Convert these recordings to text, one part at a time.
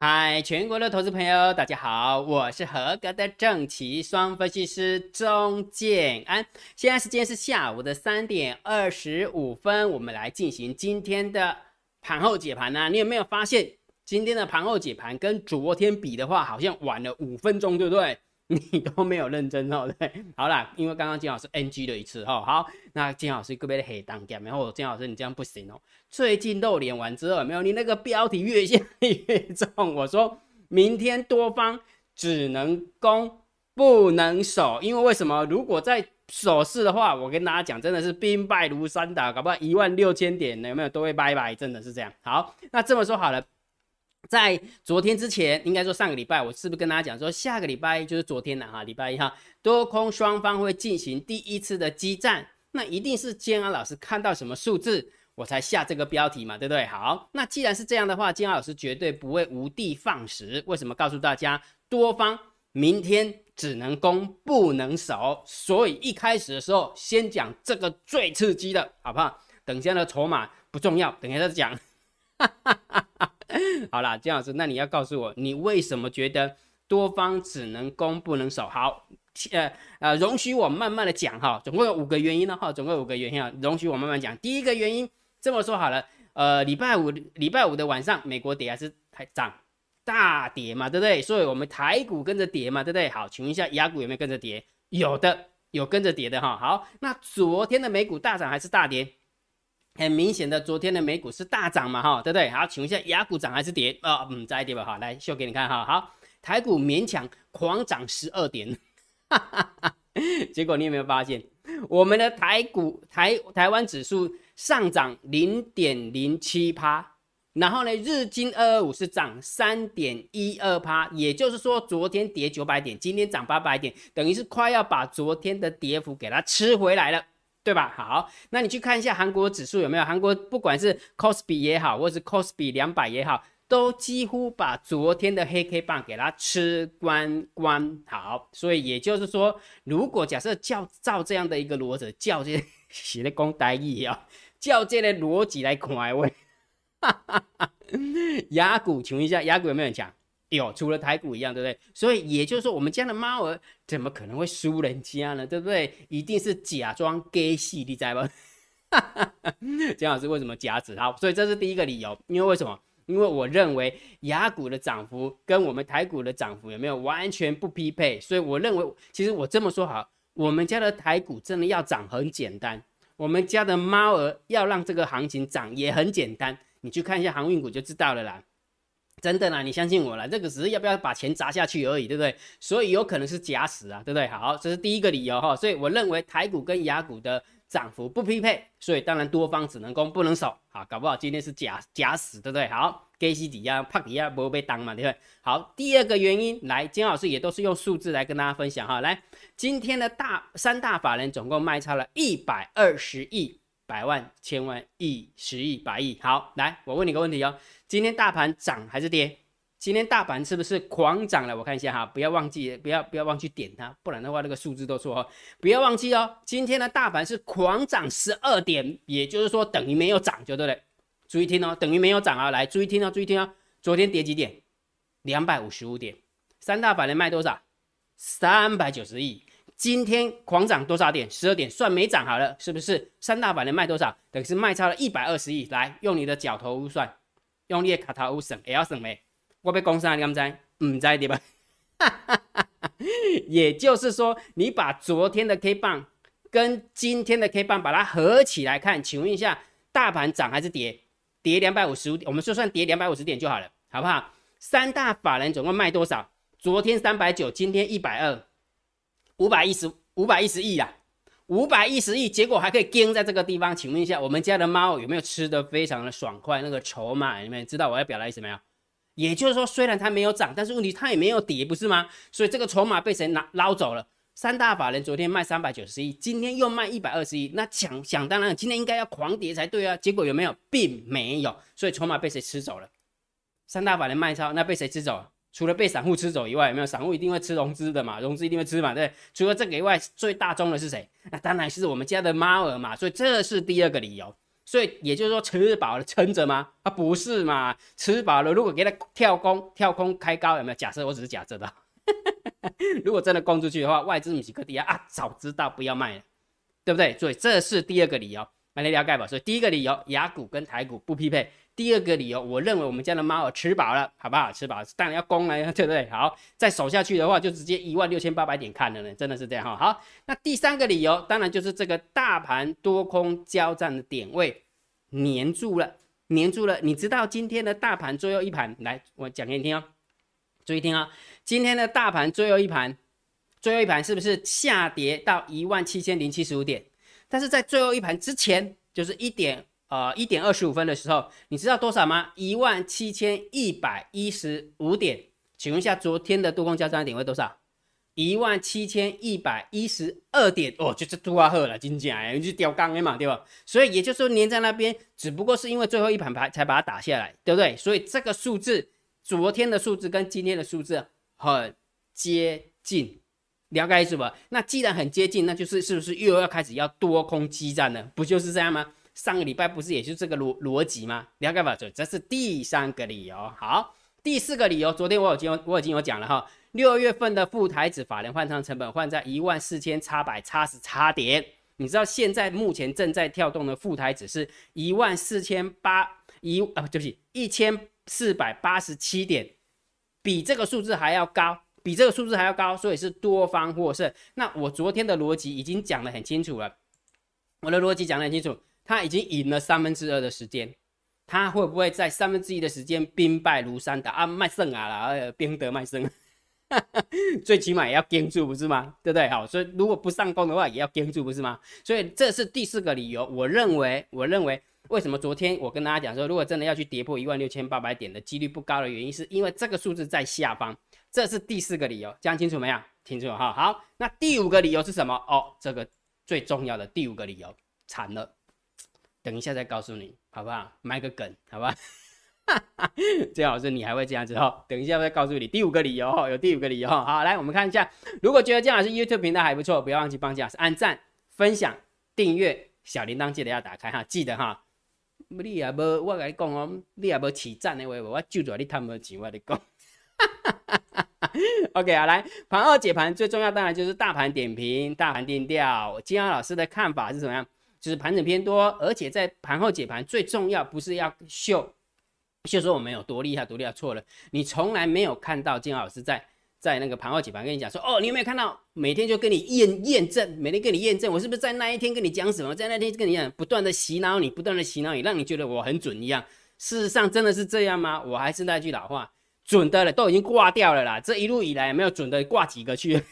嗨，全国的投资朋友，大家好，我是合格的正奇双分析师钟建安。现在时间是下午的3:25，我们来进行今天的盘后解盘啊。你有没有发现今天的盘后解盘跟昨天比的话，好像晚了5分钟，对不对？你都没有认真哦，对，好啦，因为刚刚金老师 NG 了一次哈，好，那金老师各位的黑当家，然后金老师你这样不行哦，最近露脸完之后有没有？你那个标题越下越重，我说明天多方只能攻不能守，因为为什么？如果在守势的话，我跟大家讲，真的是兵败如山倒，搞不好16000点有没有都会拜拜，真的是这样。好，那这么说好了。在昨天之前，应该说上个礼拜，我是不是跟大家讲说，下个礼拜就是昨天了哈，礼拜1号，多空双方会进行第一次的激战，那一定是建安老师看到什么数字，我才下这个标题嘛，对不对？好，那既然是这样的话，建安老师绝对不会无的放矢。为什么告诉大家，多方明天只能攻不能守？所以一开始的时候，先讲这个最刺激的，好不好？等一下的筹码不重要，等一下再讲。好啦，姜老师，那你要告诉我，你为什么觉得多方只能攻不能守？好，容许我慢慢的讲哈，总共有5个原因呢哈，总共有5个原因啊，容许我慢慢讲。第一个原因，这么说好了，礼拜五的晚上，美国跌还是涨？大跌嘛，对不对？所以我们台股跟着跌嘛，对不对？好，请问一下，亚股有没有跟着跌？有的，有跟着跌的哈。好，那昨天的美股大涨还是大跌？很明显的，昨天的美股是大涨嘛，哈，对不对？好，请问一下，亚股涨还是跌？再跌吧，哈，来秀给你看哈。好，台股勉强狂涨12点，结果你有没有发现，我们的台股台湾指数上涨0.07%，然后呢，日经225是涨3.12%，也就是说，昨天跌900点，今天涨800点，等于是快要把昨天的跌幅给它吃回来了。对吧？好，那你去看一下韩国指数有没有？韩国不管是 KOSPI 也好，或是 KOSPI 200也好，都几乎把昨天的黑 K 棒给它吃光。好，所以也就是说，如果假设照这样的一个逻辑，照这写的讲台语啊，照这个逻辑来看的话，雅股，请问一下，雅股有没有很强？有，除了台股一样，对不对？所以也就是说，我们家的猫儿怎么可能会输人家呢？对不对？一定是假装给戏，你知道吗？姜老师为什么假指？好，所以这是第一个理由。因为为什么？因为我认为雅股的涨幅跟我们台股的涨幅有没有完全不匹配？所以我认为，其实我这么说好，我们家的台股真的要涨很简单，我们家的猫儿要让这个行情涨也很简单。你去看一下航运股就知道了啦。真的啦，你相信我啦，这个只是要不要把钱砸下去而已，对不对？所以有可能是假死啊，对不对？好，这是第一个理由哈。所以我认为台股跟亚股的涨幅不匹配，所以当然多方只能攻不能守。好，搞不好今天是假死，对不对？好，给息底下、拍底下不会被当嘛，对不对？好，第二个原因，来，金老师也都是用数字来跟大家分享哈。来，今天的三大法人总共卖超了120亿。百万、千万、亿、10亿、100亿。好，来，我问你个问题哦，今天大盘涨还是跌？今天大盘是不是狂涨了？我看一下哈，不要忘记，不要忘记点它，不然的话那个数字都错哦。不要忘记哦，今天的大盘是狂涨12点，也就是说等于没有涨，就对了。注意听哦，等于没有涨啊，来注意听哦，注意听哦。昨天跌几点？255点。三大法人卖多少？390亿。今天狂涨多少点？12点，算没涨好了，是不是？三大法人卖多少？等于是卖超了120亿。来，用你的脚头乌算，用你的卡头乌算，也要算没？我要讲啥？你敢知？唔知对吧？也就是说，你把昨天的 K 棒跟今天的 K 棒把它合起来看，请问一下，大盘涨还是跌？跌255点，我们就算跌250点就好了，好不好？三大法人总共卖多少？昨天390，今天120，510亿啦，510亿，结果还可以跟在这个地方。请问一下，我们家的猫有没有吃得非常的爽快？那个筹码，你们知道我要表达意思没有？也就是说，虽然它没有涨，但是问题它也没有跌，不是吗？所以这个筹码被谁捞走了？三大法人昨天卖390亿，今天又卖120亿，那想当然，今天应该要狂跌才对啊。结果有没有？并没有，所以筹码被谁吃走了？三大法人卖超，那被谁吃走了？除了被散户吃走以外，有没有？散户一定会吃融资的嘛，融资一定会吃嘛，对不对？除了这个以外，最大宗的是谁？那当然是我们家的猫儿嘛，所以这是第二个理由。 所以也就是说吃饱了撑着吗？啊，不是嘛，吃饱了如果给它跳空开高，有没有？假设我只是假设的，如果真的攻出去的话，外资不是个底啊，早知道不要卖了，对不对？所以这是第二个理由，来了解吧。所以第一个理由，亚股跟台股不匹配。第二个理由，我认为我们家的猫儿吃饱了，好不好？吃饱了当然要攻了，对不对？好，再守下去的话，就直接16800点看了呢，真的是这样哈。好，那第三个理由，当然就是这个大盘多空交战的点位黏住了，黏住了。你知道今天的大盘最后一盘，来，我讲给你听哦，注意听啊、哦，今天的大盘最后一盘是不是下跌到17075点？但是在最后一盘之前，就是1点25分的时候，你知道多少吗？17115点。请问一下，昨天的多空交战点位多少？17112点哦，就是多好了，真正的，就是吊钢的嘛，对吧？所以也就是说，粘在那边，只不过是因为最后一盘才把它打下来，对不对？所以这个数字，昨天的数字跟今天的数字很接近。了解意思吧？那既然很接近，那就是是不是又要开始要多空激战了？不就是这样吗？上个礼拜不是也是这个逻辑吗？了解吧？这是第三个理由。好，第四个理由，昨天我已经有讲了哈。6月份的副台指法人换仓成本换在14880点，你知道现在目前正在跳动的副台指是1487点，比这个数字还要高。所以是多方获胜。那我昨天的逻辑已经讲得很清楚了，他已经赢了2/3的时间，他会不会在1/3的时间兵败如山倒啊？卖胜啊啦，兵得卖胜，最起码也要盯住，不是吗？对不对？好，所以如果不上攻的话，也要盯住，不是吗？所以这是第四个理由。我认为为什么昨天我跟大家讲说，如果真的要去跌破16800点的几率不高的原因，是因为这个数字在下方。这是第四个理由，讲清楚没有？清楚哈。好，那第五个理由是什么？哦，这个最重要的第五个理由，惨了，等一下再告诉你，好不好？埋个梗，好不好？最好是你还会这样子哦。等一下再告诉你第五个理由哦，有第五个理由。好，来我们看一下，如果觉得姜老师 YouTube 频道还不错，不要忘记帮姜老师按赞、分享、订阅，小铃铛记得要打开哈，记得哈。你也无，我跟你讲哦，你也无起赞的话，我就在你贪无钱，我跟你讲。OK 啊，来盘后解盘最重要当然就是大盘点评、大盘定调。金豪老师的看法是怎么样？就是盘整偏多，而且在盘后解盘最重要不是要秀说我们有多厉害，错了。你从来没有看到金豪老师在那个盘后解盘跟你讲说，哦，你有没有看到？每天就跟你验证，每天跟你验证，我是不是在那一天跟你讲什么，在那天跟你讲，不断的洗脑你，让你觉得我很准一样。事实上真的是这样吗？我还是那句老话。准的了，都已经挂掉了啦。这一路以来没有准的挂几个去？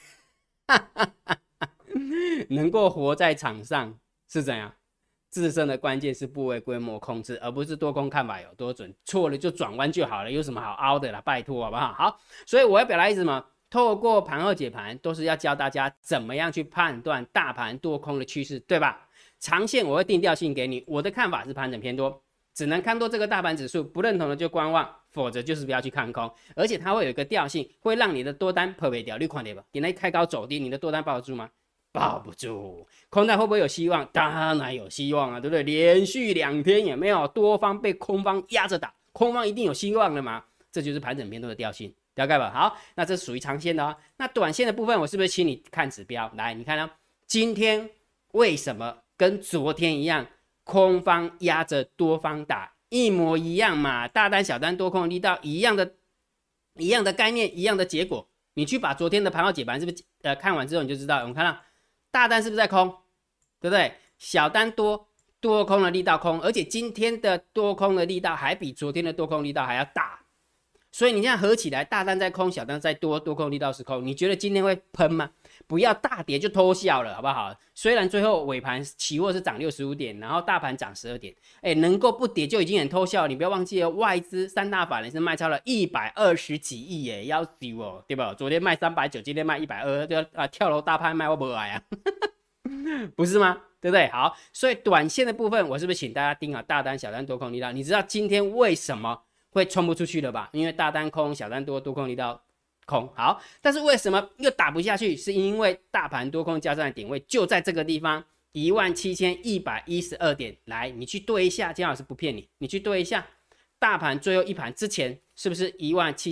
能够活在场上是怎样？自身的关键是部位规模控制，而不是多空看法有多准。错了就转弯就好了，有什么好凹的啦？拜托好不好？好，所以我要表达意思嘛，透过盘后解盘，都是要教大家怎么样去判断大盘多空的趋势，对吧？长线我会定调性给你，我的看法是盘整偏多。只能看多这个大盘指数，不认同的就观望，否则就是不要去看空。而且它会有一个调性，会让你的多单破不掉。你看到吧？你那开高走低，你的多单抱得住吗？抱不住。空单会不会有希望？当然有希望啊，对不对？连续2天也没有多方被空方压着打，空方一定有希望的嘛。这就是盘整偏多的调性，了解吧？好，那这是属于长线的哦。那短线的部分，我是不是请你看指标？来，你看啊，今天为什么跟昨天一样？空方压着多方打，一模一样嘛，大单小单多空的力道一样的概念，一样的结果。你去把昨天的盘后解盘是不是看完之后你就知道，我们看到大单是不是在空，对不对？小单多空的力道空，而且今天的多空的力道还比昨天的多空力道还要大，所以你这样合起来，大单在空，小单在多空力道是空，你觉得今天会喷吗？不要大跌就偷笑了，好不好？虽然最后尾盘期货是涨65点，然后大盘涨12点，能够不跌就已经很偷笑了。你不要忘记了，外资3大法人是卖超了120几亿耶，要丢哦，对吧？昨天卖390，今天卖120，就跳楼大拍卖，我不爱啊，不是吗？对不对？好，所以短线的部分，我是不是请大家盯好大单、小单多空力道？你知道今天为什么会冲不出去了吧？因为大单空，小单多空力道。空好，但是为什么又打不下去？是因为大盘多空交战的点位就在这个地方， 17112点，来，你去对一下，姜老师不骗你，你去对一下，大盘最后一盘之前是不是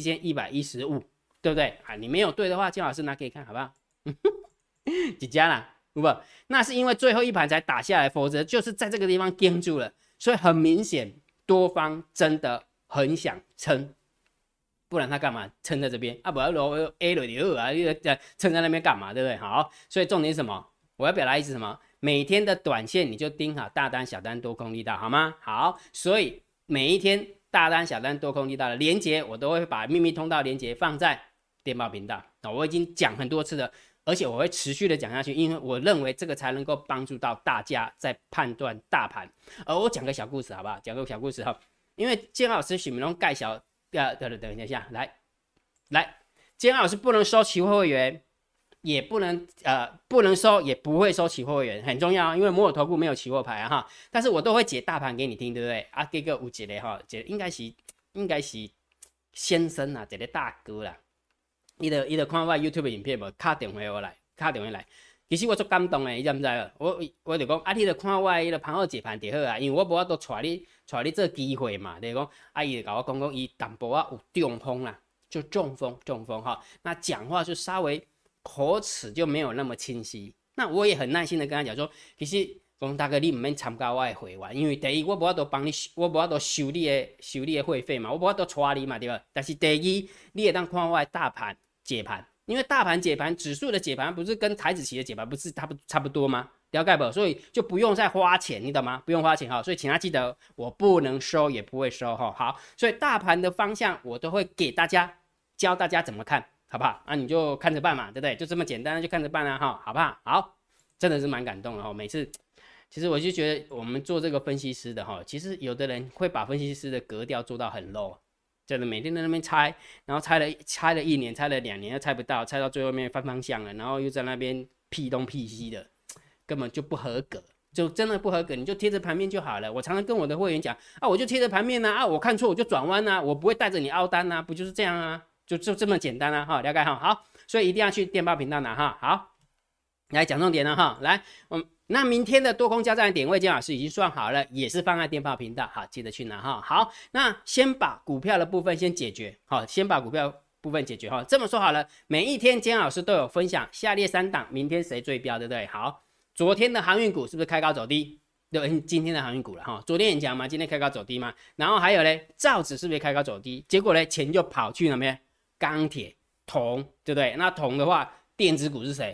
17115，对不对啊？你没有对的话，姜老师拿给你看好不好？几家啦，不，那是因为最后一盘才打下来，否则就是在这个地方盯住了，所以很明显多方真的很想撑。不然他干嘛撑在这边啊？不要罗 A 了2啊，撑在那边干嘛？对不对？好，所以重点是什么？我要表达意思什么？每天的短线你就盯好大单、小单、多空力道，好吗？好，所以每一天大单、小单、多空力道的连结，我都会把秘密通道连结放在电报频道。我已经讲很多次了，而且我会持续的讲下去，因为我认为这个才能够帮助到大家在判断大盘。而我讲个小故事，好不好？讲个小故事哈，因为建老师许明龙盖小。等一下，来，今天老师不能收期货会员，也不能收，也不会收期货会员，很重要，因为摩尔投顾没有期货牌啊哈。但是我都会解大盘给你听，对不对？啊，这个有一个哈，应该是先生啊，一个大哥啦，伊就看我 YouTube 影片无，打电话来。其实我足感动的，你知唔知啊？我就讲啊，你就看我迄个盘后解盘就好啊，因为我无法度带你这机会嘛。就是讲啊，伊就甲我讲伊淡薄啊有中风啦，就中风哈。那讲话就稍微口齿就没有那么清晰。那我也很耐心的跟他讲说，其实讲大哥你唔免参加我的会员，因为第一我无法度帮你，我无法度收你的会费嘛，我无法度带你嘛，对吧？但是第二你会当看我的大盘解盘。因为大盘解盘，指数的解盘不是跟台指期的解盘不是差不多吗？了解不？所以就不用再花钱，你懂吗？不用花钱哈。所以请他记得，我不能收，也不会收哈。好，所以大盘的方向我都会给大家教大家怎么看，好不好？啊，你就看着办嘛，对不对？就这么简单，就看着办啊哈，好不好？好，真的是蛮感动的哈。每次其实我就觉得我们做这个分析师的哈，其实有的人会把分析师的格调做到很 low。真的每天在那边猜，然后猜了1年，猜了2年又猜不到，猜到最后面翻方向了，然后又在那边屁东屁西的，根本就不合格，就真的不合格。你就贴着盘面就好了。我常常跟我的会员讲啊，我就贴着盘面啊，我看错我就转弯啊，我不会带着你凹单啊，不就是这样啊？就这么简单啊，哈，了解哈。好，所以一定要去电报频道拿哈。好，来讲重点了哈，来，那明天的多空交战点位，姜老师已经算好了，也是放在电报频道，好，记得去拿哈。好，那先把股票的部分先解决，好，先把股票部分解决哈。这么说好了，每一天姜老师都有分享下列3档，明天谁最标，对不对？好，昨天的航运股是不是开高走低？对，今天的航运股了哈，昨天也讲嘛，今天开高走低嘛。然后还有嘞，造纸是不是开高走低？结果嘞，钱就跑去哪边？钢铁、铜，对不对？那铜的话，电子股是谁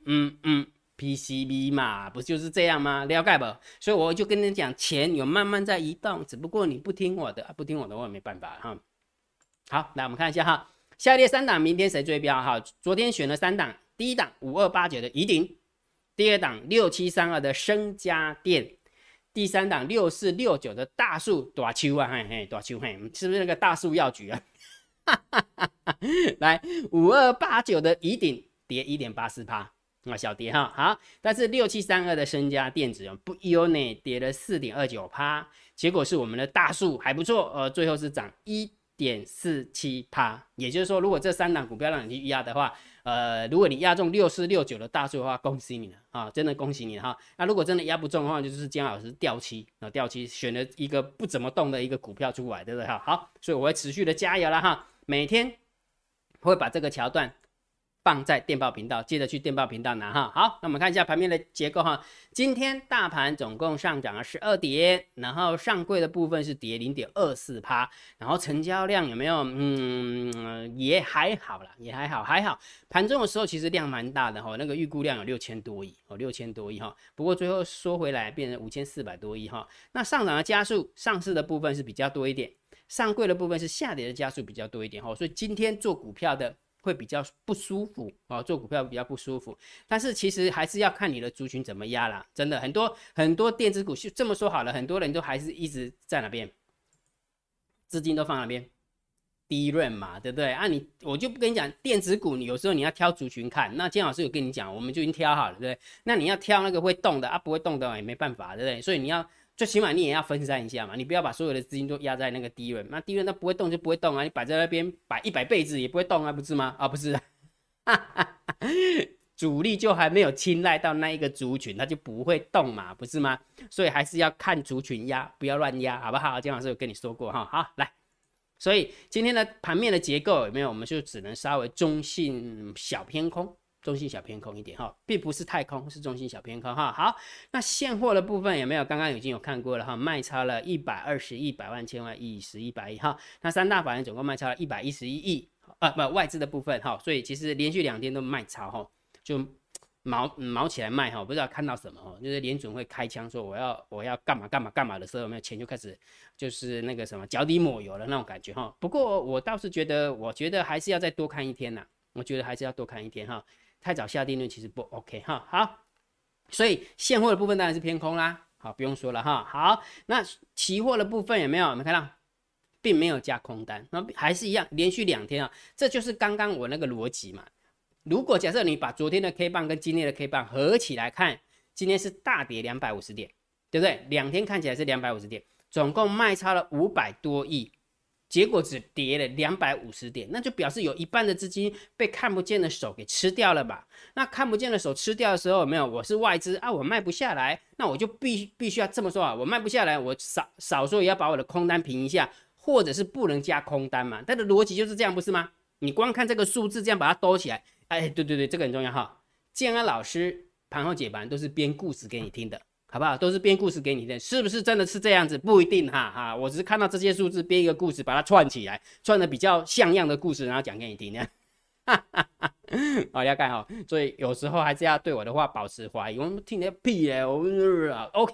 ？PCB 嘛，不就是这样吗？了解不？所以我就跟你讲，钱有慢慢在移动，只不过你不听我的，不听我的我也没办法哈。好，来我们看一下哈，下列3档明天谁追标哈？昨天选了3档，第一档5289的宜鼎，第二档6732的升家电，第三档6469的大树大树啊，大树是不是那个大树药局啊？来5289的宜鼎跌1.84%。小跌哈，好，但是6732的升家电子不优呢，跌了4.29%，结果是我们的大树还不错，最后是涨1.47%，也就是说，如果这3档股票让你去压的话，如果你压中6469的大树的话，恭喜你了啊，真的恭喜你了哈。那如果真的压不中的话，就是姜老师掉期选了一个不怎么动的一个股票出来，对不对哈？好，所以我会持续的加油了哈，每天会把这个桥段放在电报频道，记得去电报频道拿哈。好，那我们看一下盘面的结构哈。今天大盘总共上涨了12点，然后上柜的部分是跌0.24%，然后成交量有没有？也还好啦，也还好。盘中的时候其实量蛮大的哈，那个预估量有6000多亿，6000多亿哈。不过最后缩回来变成5400多亿哈。那上涨的加速，上市的部分是比较多一点，上柜的部分是下跌的加速比较多一点哈。所以今天做股票的会比较不舒服做股票比较不舒服，但是其实还是要看你的族群怎么压啦。真的很多电子股这么说好了，很多人都还是一直在哪边，资金都放哪边，低润嘛，对不对啊？我就不跟你讲电子股，你有时候你要挑族群看。那金老师有跟你讲，我们就已经挑好了，对不对？那你要挑那个会动的不会动的也没办法，对不对？所以你要最起码你也要分散一下嘛，你不要把所有的资金都压在那个低润，那低润它不会动就不会动啊，你摆在那边摆100辈子也不会动啊，不是吗？不是， 主力就还没有青睐到那一个族群，它就不会动嘛，不是吗？所以还是要看族群压，不要乱压，好不好？姜老师有跟你说过哈。好，来，所以今天的盘面的结构有没有？我们就只能稍微中性小偏空。中性小偏空一点哈，并不是太空，是中性小偏空哈。好，那现货的部分有没有？刚刚已经有看过了哈，卖超了120亿、百万、千万、亿、10亿、100亿哈。那三大法人总共卖超了111亿，不，外资的部分哈，所以其实连续2天都卖超哈，就毛起来卖哈，不知道看到什么哈，就是联准会开枪说我要干嘛干嘛干嘛的时候，有没有钱就开始就是那个什么脚底抹油的那种感觉哈。不过我倒是觉得，我觉得还是要再多看一天呐，我觉得还是要多看一天哈。太早下定论其实不 OK 哈。好，所以现货的部分当然是偏空啦，好，不用说了哈。好，那期货的部分有没有？有没有看到，并没有加空单，那还是一样连续2天啊，这就是刚刚我那个逻辑嘛。如果假设你把昨天的 K 棒跟今天的 K 棒合起来看，今天是大跌250点，对不对？2天看起来是250点，总共卖超了500多亿。结果只跌了250点，那就表示有一半的资金被看不见的手给吃掉了吧？那看不见的手吃掉的时候，有没有？我是外资啊，我卖不下来，那我就必须要这么说啊，我卖不下来，我少说也要把我的空单平一下，或者是不能加空单嘛？它的逻辑就是这样，不是吗？你光看这个数字，这样把它兜起来，哎，对，这个很重要哈。建安老师盘后解盘都是编故事给你听的。好不好？都是编故事给你听，是不是真的是这样子？不一定哈，我只是看到这些数字，编一个故事，把它串起来，串的比较像样的故事，然后讲给你听。好，了解哈。所以有时候还是要对我的话保持怀疑。我们听你的屁耶，我们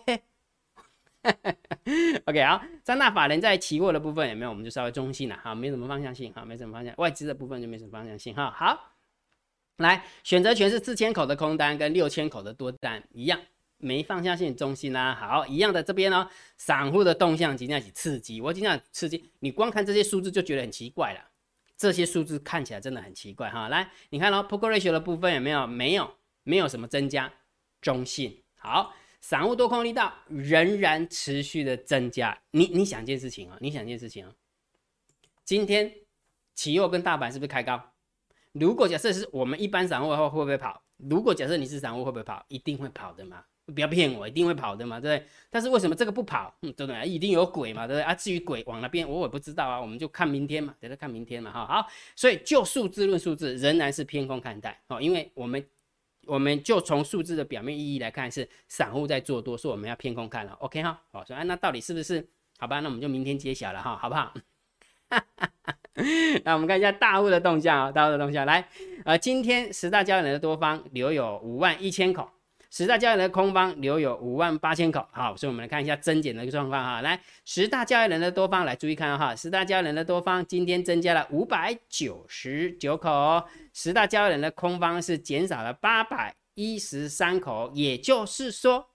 OK。OK， 好，三大法人在期货的部分有没有？我们就稍微中性了哈，没什么方向性哈，没什么方向。外资的部分就没什么方向性哈。好，来，选择权是4000口的空单跟6000口的多单一样。没方向性中心啦，好，一样的这边哦，散户的动向尽量起刺激，我尽量刺激，你光看这些数字就觉得很奇怪了，这些数字看起来真的很奇怪哈。来，你看哦 ，Poker Ratio 的部分有没有？没有什么增加，中性。好，散户多空力道仍然持续的增加。你想一件事情啊，今天期货跟大盘是不是开高？如果假设是我们一般散户的话，会不会跑？如果假设你是散户，会不会跑？一定会跑的嘛。不要骗我，一定会跑的嘛，对不对？但是为什么这个不跑？对不对？一定有鬼嘛，对不对？啊，至于鬼往哪边，我也不知道啊，我们就看明天嘛，等着看明天嘛，哈。好，所以就数字论数字，仍然是偏空看待哦，因为我们就从数字的表面意义来看，是散户在做多，所以我们要偏空看了 ，OK 哈。好，所以那到底是不是？好吧，那我们就明天揭晓了哈，好不好？那我们看一下大户的动向啊，大户的动向来，今天10大交易人的多方留有51000口。10大交易人的空方留有58000口，好，所以我们来看一下增减的一个状况哈。来，10大交易人的多方来注意看哈，10大交易人的多方今天增加了599口哦，10大交易人的空方是减少了813口，也就是说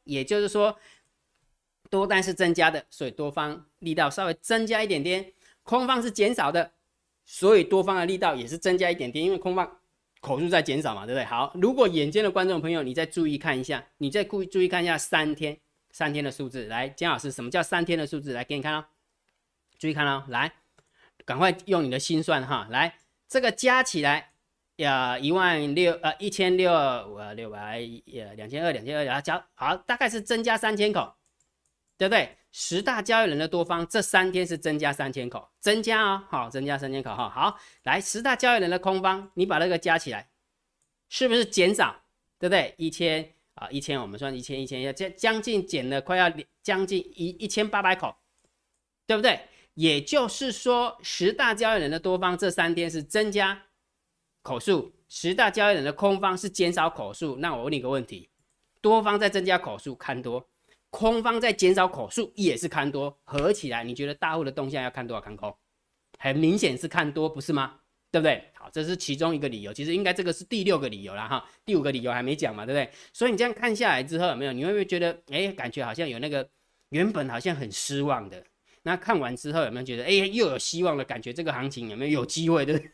多单是增加的，所以多方力道稍微增加一点点，空方是减少的，所以多方的力道也是增加一点点，因为空方口数在减少嘛，对不对？好，如果眼尖的观众朋友，你再注意看一下，注意看一下3天的数字。来，姜老师，什么叫3天的数字？来给你看哦，注意看哦，来，赶快用你的心算哈，来，这个加起来16000 1600 2200然后加好，大概是增加3000口，对不对？10大交易人的多方这3天是增加3000口，增加哦，好，增加3000口哈。好，来10大交易人的空方，你把那个加起来，是不是减少？对不对？1000我们算1000，将近减了快要将近1800口，对不对？也就是说，10大交易人的多方这3天是增加口数，10大交易人的空方是减少口数。那我问你个问题，多方在增加口数看多，空方在减少口数也是看多，合起来你觉得大户的动向要看多少看空？很明显是看多，不是吗？对不对？好，这是其中一个理由，其实应该这个是第6个理由啦哈，第5个理由还没讲嘛，对不对？所以你这样看下来之后，有没有？你会不会觉得，感觉好像有那个原本好像很失望的，那看完之后有没有觉得，又有希望的感觉？这个行情有没有机会的？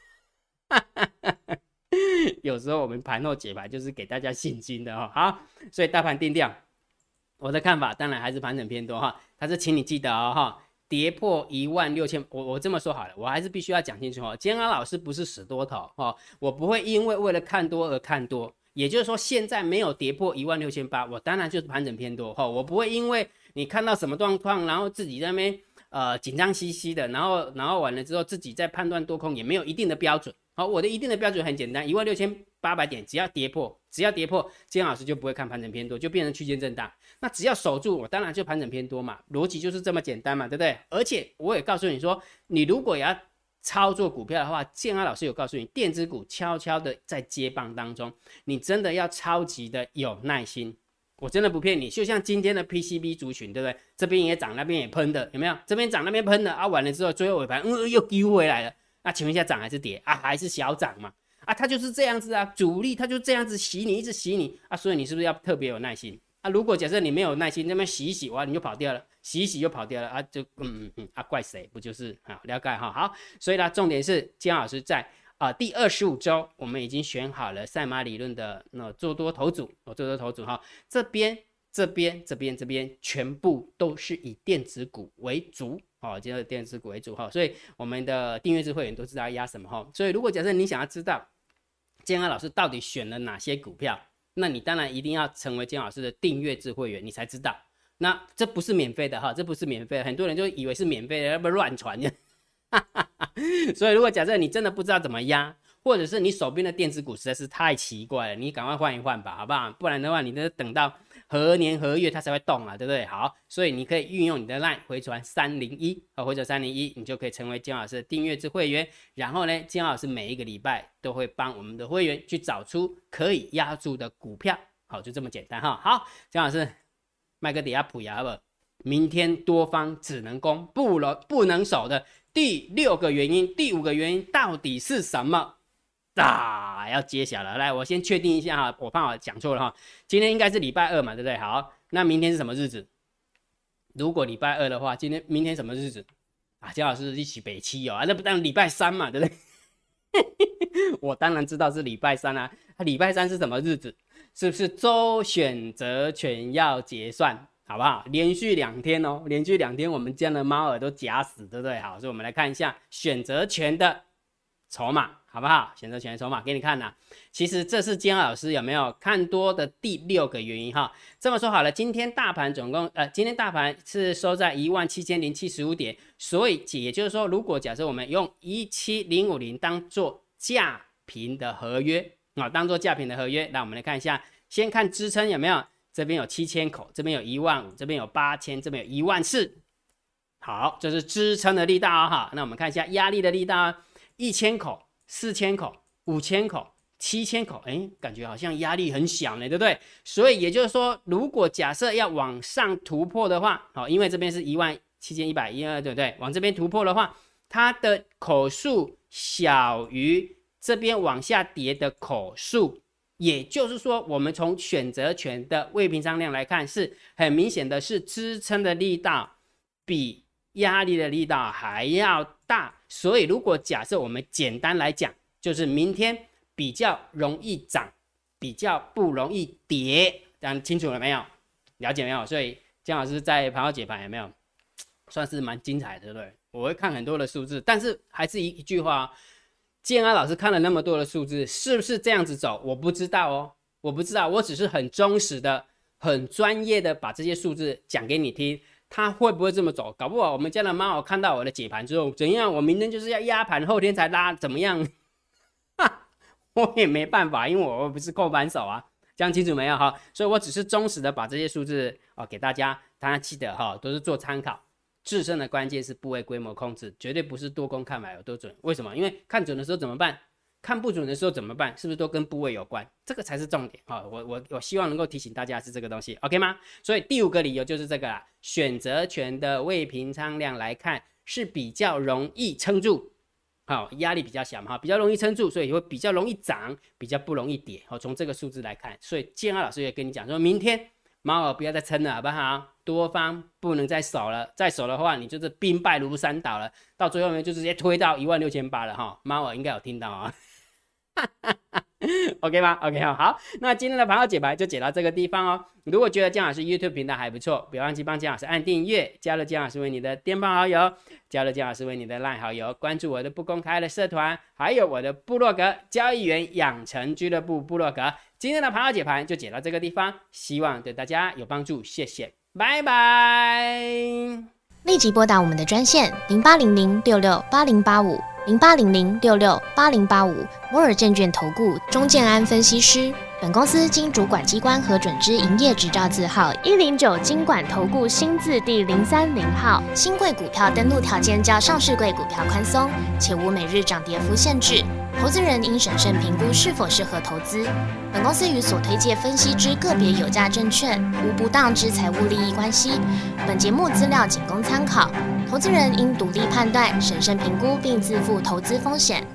有时候我们盘后解盘就是给大家信心的哈。好，所以大盘定调，我的看法当然还是盘整偏多哈，但是请你记得哦哈。跌破16000，我这么说好了，我还是必须要讲清楚哦。建安老师不是死多头哦，我不会因为了看多而看多， 也就是说现在没有跌破16800，我当然就是盘整偏多哈，我不会因为你看到什么状况，然后自己在那边紧张兮兮的，然后完了之后自己在判断多空也没有一定的标准。好，我的一定的标准很简单，16800点只要跌破，金老师就不会看盘整偏多，就变成区间震荡。那只要守住，我当然就盘整偏多嘛，逻辑就是这么简单嘛，对不对？而且我也告诉你说，你如果要操作股票的话，建安老师有告诉你，电子股悄悄的在接棒当中，你真的要超级的有耐心。我真的不骗你，就像今天的 PCB 族群，对不对？这边也涨，那边也喷的，有没有？这边涨，那边喷的啊，完了之后，最后尾盘又丢回来了。那请问一下，涨还是跌啊？还是小涨嘛？啊，它就是这样子啊，主力它就这样子洗你，一直洗你啊，所以你是不是要特别有耐心啊？如果假设你没有耐心，那边洗一洗，哇，你就跑掉了，洗一洗又跑掉了啊，就怪谁？不就是啊？了解哈，好，所以呢，重点是姜老师在第25周，我们已经选好了赛马理论的做多头组，做多头组哈，这边全部都是以电子股为主。今天的电子股为主哈，所以我们的订阅制会员都知道要压什么哈。所以如果假设你想要知道建安老师到底选了哪些股票，那你当然一定要成为建安老师的订阅制会员，你才知道。那这不是免费的哈，这不是免费的，很多人就以为是免费的，要不乱传。所以如果假设你真的不知道怎么压，或者是你手边的电子股实在是太奇怪了，你赶快换一换吧，好不好？不然的话，你等到何年何月它才会动啊，对不对？好，所以你可以运用你的 LINE 回传301，回传301，你就可以成为姜老师的订阅制会员。然后呢，姜老师每一个礼拜都会帮我们的会员去找出可以压住的股票，好，就这么简单哈。好，姜老师麦克底下补牙了，明天多方只能攻不能守的第6个原因，第5个原因到底是什么？要揭晓了，来，我先确定一下哈，我怕我讲错了哈。今天应该是礼拜2嘛，对不对？好，那明天是什么日子？如果礼拜2的话，明天什么日子啊？姜老师一起北七哦，那不当礼拜3嘛，对不对？我当然知道是礼拜3啊。礼拜3是什么日子？是不是周选择权要结算？好不好？连续2天哦，连续2天我们家的猫耳都夹死，对不对？好，所以我们来看一下选择权的筹码，好不好？选择权的筹码给你看啦。其实这是姜老师有没有看多的第6个原因哈。这么说好了，今天大盘今天大盘是收在17075点，所以也就是说，如果假设我们用17050当做价平的合约当做价平的合约，那我们来看一下，先看支撑有没有？这边有7000口，这边有15000，这边有8000，这边有14000。好，这是支撑的力道哈。那我们看一下压力的力道，1000口、4000口、5000口、7000口，感觉好像压力很小呢，对不对？所以也就是说，如果假设要往上突破的话，因为这边是17112，对不对？往这边突破的话，它的口数小于这边往下跌的口数。也就是说，我们从选择权的未平仓量来看，是很明显的是支撑的力道比压力的力道还要大。所以如果假设我们简单来讲，就是明天比较容易涨，比较不容易跌，这样清楚了没有？了解没有？所以姜老师在盘后解盘有没有算是蛮精彩的，对不对？我会看很多的数字，但是还是一句话建安老师看了那么多的数字，是不是这样子走？我不知道哦，我不知道，我只是很忠实的、很专业的把这些数字讲给你听。他会不会这么走？搞不好我们家的猫看到我的解盘之后，怎样？我明天就是要压盘，后天才拉，怎么样？我也没办法，因为我不是控盘手啊。这样清楚没有哈？所以我只是忠实的把这些数字给大家，大家记得哈，都是做参考。制胜的关键是部位规模控制，绝对不是多空看买有多准。为什么？因为看准的时候怎么办？看不准的时候怎么办？是不是都跟部位有关？这个才是重点我希望能够提醒大家是这个东西 ，OK 吗？所以第5个理由就是这个啦，选择权的未平仓量来看是比较容易撑住，压力比较小嘛，比较容易撑住，所以会比较容易涨，比较不容易跌。从这个数字来看，所以建安老师也跟你讲说，明天猫儿不要再撑了，好不好？多方不能再守了，再守的话，你就是兵败如山倒了，到最后面就直接推到16800了哈。猫儿应该有听到啊。OK 吗 ？OK 好，那今天的盘后解盘就解到这个地方哦。如果觉得姜老师 YouTube 频道还不错，别忘记帮姜老师按订阅，加入姜老师为你的电报好友，加入姜老师为你的 LINE 好友，关注我的不公开的社团，还有我的部落格交易员养成俱乐部部落格。 今天的盘后解盘就解到这个地方，希望对大家有帮助，谢谢，拜拜。 立即拨打我们的专线0800668085。0800668085，摩尔证券投顾钟建安分析师。本公司经主管机关核准之营业执照字号109金管投顾新字第030号。新贵股票登录条件较上市贵股票宽松，且无每日涨跌幅限制。投资人应审慎评估是否适合投资。本公司与所推介分析之个别有价证券无不当之财务利益关系。本节目资料仅供参考，投资人应独立判断、审慎评估并自负投资风险。